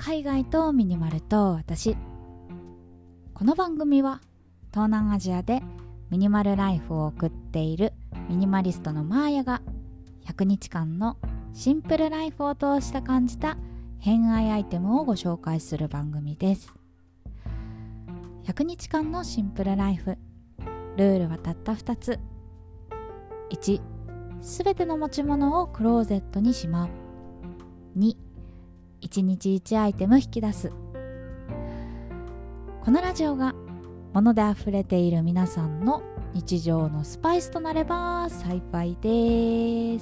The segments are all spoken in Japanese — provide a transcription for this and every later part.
海外とミニマルと私。この番組は東南アジアでミニマルライフを送っているミニマリストのマーヤが100日間のシンプルライフを通して感じた偏愛アイテムをご紹介する番組です。100日間のシンプルライフ、ルールはたった2つ。1、すべての持ち物をクローゼットにしまう。2、1日1アイテム引き出す。このラジオが物であふれている皆さんの日常のスパイスとなれば幸いです。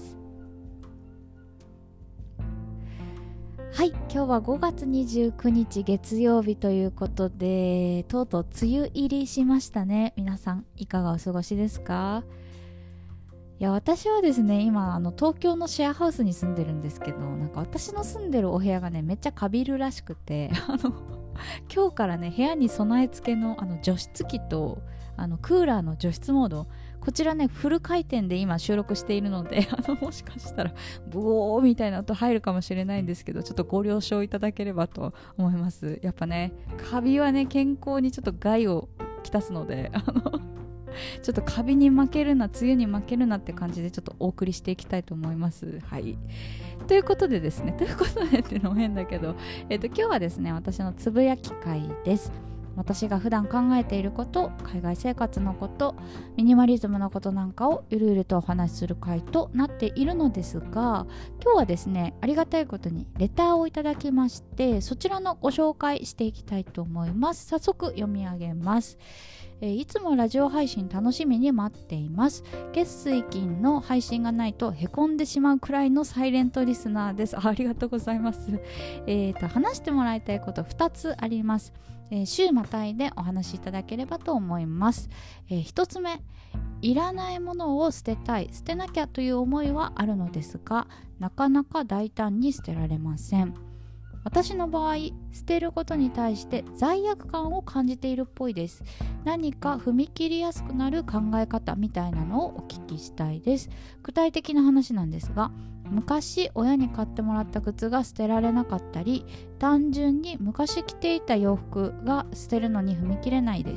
はい、今日は5月29日月曜日ということで、とうとう梅雨入りしましたね。皆さんいかがお過ごしですか？いや、私はですね、今東京のシェアハウスに住んでるんですけど、なんか私の住んでるお部屋がねめっちゃカビるらしくて今日からね部屋に備え付けの除湿機とクーラーの除湿モード、こちらねフル回転で今収録しているのでもしかしたらブオーみたいな音入るかもしれないんですけど、ちょっとご了承いただければと思います。やっぱねカビはね健康にちょっと害をきたすのでちょっとカビに負けるな、梅雨に負けるなって感じでちょっとお送りしていきたいと思います。はい。ということでっていうのも変だけど、今日はですね、私のつぶやき会です。私が普段考えていること、海外生活のこと、ミニマリズムのことなんかをゆるゆるとお話しする会となっているのですが、今日はですね、ありがたいことにレターをいただきまして、そちらのご紹介していきたいと思います。早速読み上げます。いつもラジオ配信楽しみに待っています。月水金の配信がないとへこんでしまうくらいのサイレントリスナーです。ありがとうございます。話してもらいたいこと2つあります。週またいでお話しいただければと思います。1つ目、いらないものを捨てたい、捨てなきゃという思いはあるのですが、なかなか大胆に捨てられません。私の場合、捨てることに対して罪悪感を感じているっぽいです。何か踏み切りやすくなる考え方みたいなのをお聞きしたいです。具体的な話なんですが、昔親に買ってもらった靴が捨てられなかったり、単純に昔着ていた洋服が捨てるのに踏み切れないです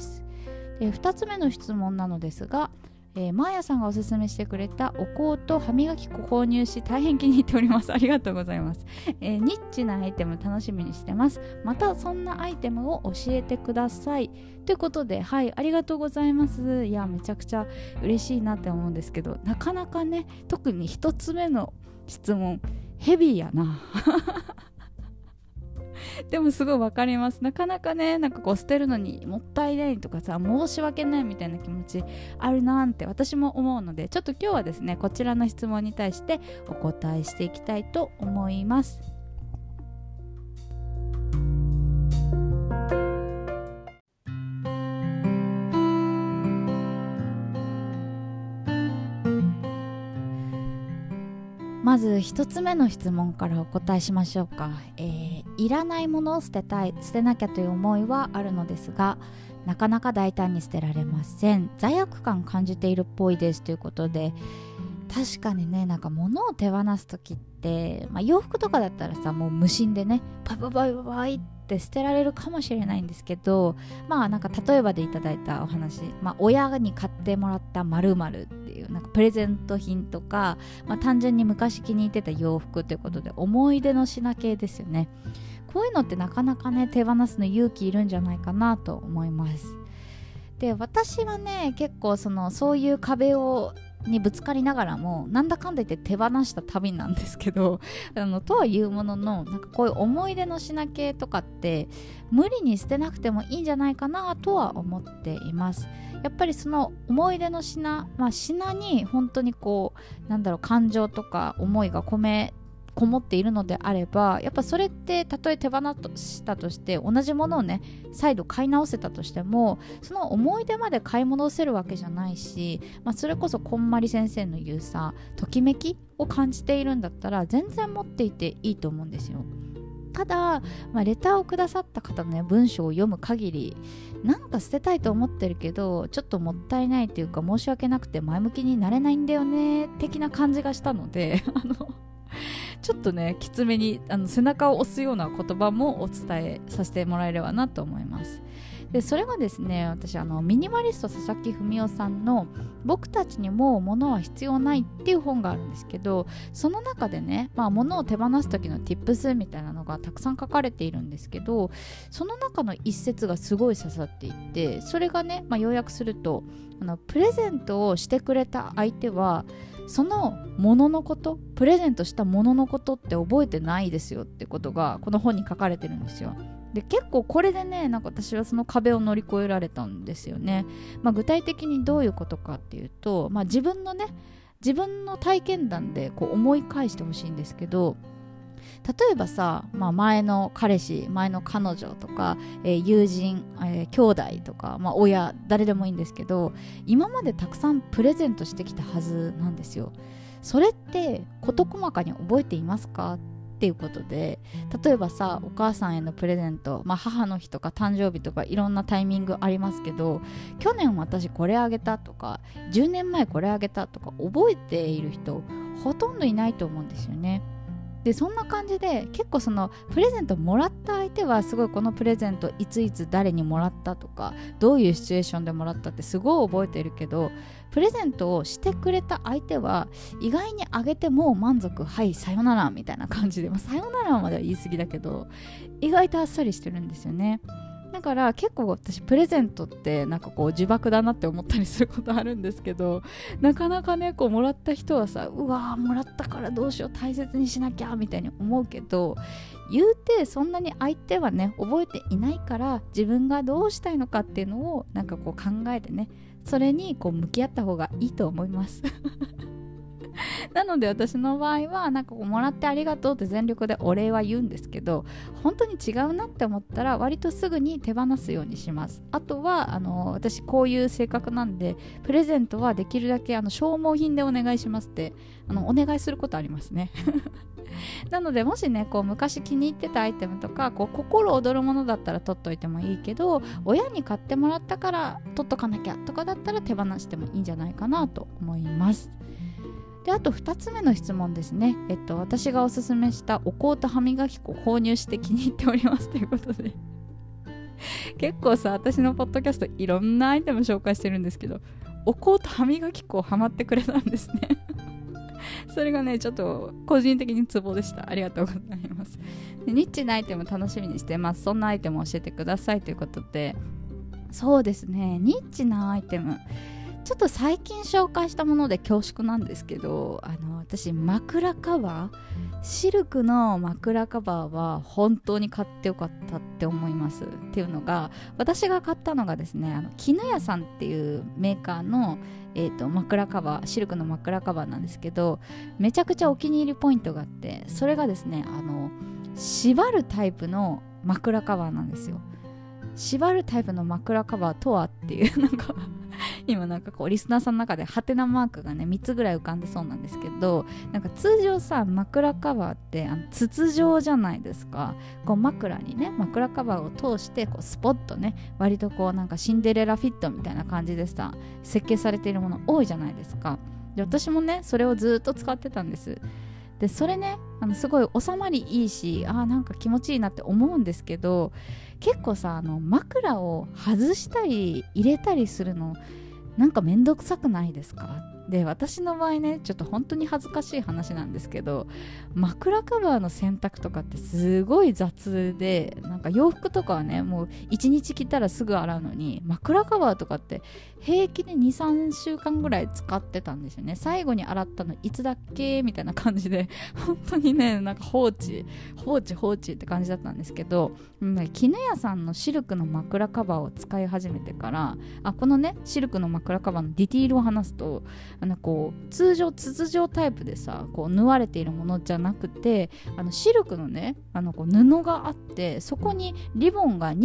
。2つ目の質問なのですが、マーヤさんがおすすめしてくれたお香と歯磨き粉購入し大変気に入っております。ありがとうございます。ニッチなアイテム楽しみにしてます。またそんなアイテムを教えてくださいということで、はい、ありがとうございます。いや、めちゃくちゃ嬉しいなって思うんですけど、なかなかね、特に1つ目の質問ヘビーやなでもすごいわかります。なかなかね、なんかこう捨てるのにもったいないとかさ、申し訳ないみたいな気持ちあるなーって私も思うので、ちょっと今日はですね、こちらの質問に対してお答えしていきたいと思います。まず一つ目の質問からお答えしましょうか。いらないものを捨てたい、捨てなきゃという思いはあるのですが、なかなか大胆に捨てられません。罪悪感感じているっぽいですということで、確かにね、なんか物を手放すときって、洋服とかだったらさ、もう無心でね、パパパパパイって捨てられるかもしれないんですけど、なんか例えばでいただいたお話、親に買ってもらった〇〇っていうなんかプレゼント品とか、単純に昔気に入ってた洋服ということで思い出の品系ですよね。こういうのってなかなかね手放すの勇気いるんじゃないかなと思います。で、私はね結構そういう壁にぶつかりながらもなんだかんだ言って手放した旅なんですけど、とはいうものの、なんかこういう思い出の品系とかって無理に捨てなくてもいいんじゃないかなとは思っています。やっぱりその思い出の品、品に本当にこう感情とか思いがこもっているのであれば、やっぱそれってたとえ手放したとして同じものをね再度買い直せたとしても、その思い出まで買い戻せるわけじゃないし、それこそこんまり先生の言うさ、ときめきを感じているんだったら全然持っていていいと思うんですよ。ただ、レターをくださった方のね文章を読む限り、なんか捨てたいと思ってるけどちょっともったいないというか申し訳なくて前向きになれないんだよね的な感じがしたのでちょっとねきつめに背中を押すような言葉もお伝えさせてもらえればなと思います。でそれがですね、私ミニマリスト佐々木文夫さんの僕たちにも物は必要ないっていう本があるんですけど、その中でね、物を手放す時の Tips みたいなのがたくさん書かれているんですけど、その中の一節がすごい刺さっていて、それがね、要約するとプレゼントをしてくれた相手はそのもののこと、プレゼントしたもののことって覚えてないですよってことがこの本に書かれてるんですよ。で結構これでね、なんか私はその壁を乗り越えられたんですよね。具体的にどういうことかっていうと、自分の体験談でこう思い返してほしいんですけど、例えばさ、前の彼氏、前の彼女とか、友人、兄弟とか、親、誰でもいいんですけど、今までたくさんプレゼントしてきたはずなんですよ。それって事細かに覚えていますかっていうことで、例えばさ、お母さんへのプレゼント、母の日とか誕生日とかいろんなタイミングありますけど、去年私これあげたとか10年前これあげたとか覚えている人ほとんどいないと思うんですよね。でそんな感じで、結構そのプレゼントもらった相手はすごいこのプレゼントいついつ誰にもらったとか、どういうシチュエーションでもらったってすごい覚えてるけど、プレゼントをしてくれた相手は意外にあげても満足、はいさよならみたいな感じで、さよならまでは言い過ぎだけど意外とあっさりしてるんですよね。だから結構私プレゼントってなんかこう呪縛だなって思ったりすることあるんですけど、なかなかねこうもらった人はさ、うわーもらったからどうしよう大切にしなきゃみたいに思うけど、言うてそんなに相手はね覚えていないから、自分がどうしたいのかっていうのをなんかこう考えてね、それにこう向き合った方がいいと思いますなので私の場合はなんかこうもらってありがとうって全力でお礼は言うんですけど、本当に違うなって思ったら割とすぐに手放すようにします。あとは私こういう性格なんで、プレゼントはできるだけ消耗品でお願いしますってお願いすることありますねなのでもしねこう昔気に入ってたアイテムとかこう心躍るものだったら取っといてもいいけど、親に買ってもらったから取っとかなきゃとかだったら手放してもいいんじゃないかなと思います。であと2つ目の質問ですね。私がおすすめしたお香と歯磨き粉を購入して気に入っておりますということで結構さ、私のポッドキャストいろんなアイテム紹介してるんですけど、お香と歯磨き粉ハマってくれたんですねそれがねちょっと個人的にツボでした。ありがとうございます。でニッチなアイテム楽しみにしてます。そんなアイテムを教えてくださいということで、そうですね、ニッチなアイテム、ちょっと最近紹介したもので恐縮なんですけど、私枕カバー、シルクの枕カバーは本当に買ってよかったって思います。っていうのが、私が買ったのがですね、絹屋さんっていうメーカーの、枕カバー、シルクの枕カバーなんですけど、めちゃくちゃお気に入りポイントがあって、それがですね、縛るタイプの枕カバーなんですよ。縛るタイプの枕カバーとはっていうなんか今なんかこうリスナーさんの中でハテナマークがね3つぐらい浮かんでそうなんですけど、なんか通常さ枕カバーって筒状じゃないですか。こう枕にね枕カバーを通してこうスポッとね、割とこうなんかシンデレラフィットみたいな感じでさ設計されているもの多いじゃないですか。で私もねそれをずっと使ってたんです。でそれねすごい収まりいいし、なんか気持ちいいなって思うんですけど、結構さ枕を外したり入れたりするのなんかめんどくさくないですか？で私の場合ねちょっと本当に恥ずかしい話なんですけど、枕カバーの洗濯とかってすごい雑で、なんか洋服とかはねもう1日着たらすぐ洗うのに、枕カバーとかって平気で 2,3 週間ぐらい使ってたんですよね。最後に洗ったのいつだっけみたいな感じで本当にねなんか放置って感じだったんですけど、絹屋さんのシルクの枕カバーを使い始めてから、このねシルクの枕カバーのディティールを話すと、こう通常筒状タイプでさこう縫われているものじゃなくて、シルクのねこう布があって、そこにリボンが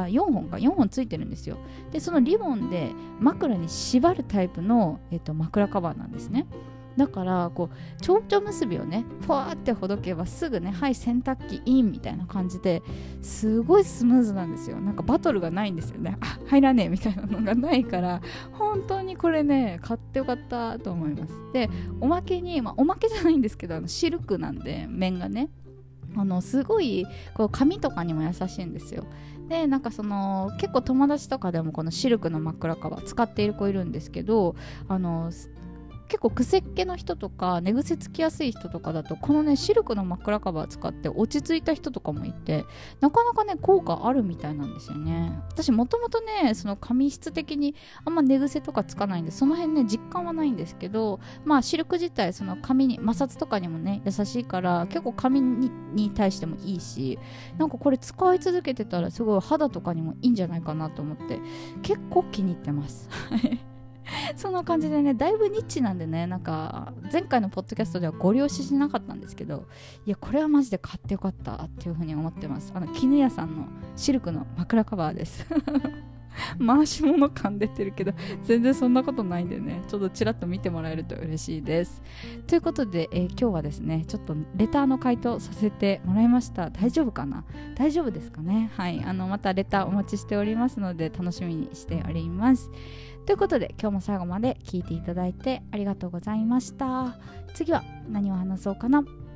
4本ついてるんですよ。でそのリボンで枕に縛るタイプの、枕カバーなんですね。 だからこう蝶々結びをねポワーってほどけばすぐね、はい洗濯機インみたいな感じですごいスムーズなんですよ。なんかバトルがないんですよね。あ、入らねえみたいなのがないから、本当にこれね買ってよかったと思います。でおまけに、おまけじゃないんですけど、シルクなんで面がねすごいこう髪とかにも優しいんですよ。でなんか結構友達とかでもこのシルクの枕カバー使っている子いるんですけど、結構癖っ気の人とか寝癖つきやすい人とかだとこのねシルクの枕カバー使って落ち着いた人とかもいて、なかなかね効果あるみたいなんですよね。私もともとねその髪質的にあんま寝癖とかつかないんで、その辺ね実感はないんですけど、シルク自体その髪に摩擦とかにもね優しいから結構髪に対してもいいし、なんかこれ使い続けてたらすごい肌とかにもいいんじゃないかなと思って結構気に入ってますそんな感じでね、だいぶニッチなんでね、なんか前回のポッドキャストではご了承しなかったんですけど、いやこれはマジで買ってよかったっていう風に思ってます。絹屋さんのシルクの枕カバーです回し物感出てるけど全然そんなことないんでね、ちょっとちらっと見てもらえると嬉しいです。ということで、今日はですねちょっとレターの回答させてもらいました。大丈夫かな、大丈夫ですかね。はい、またレターお待ちしておりますので楽しみにしております。ということで今日も最後まで聞いていただいてありがとうございました。次は何を話そうかな。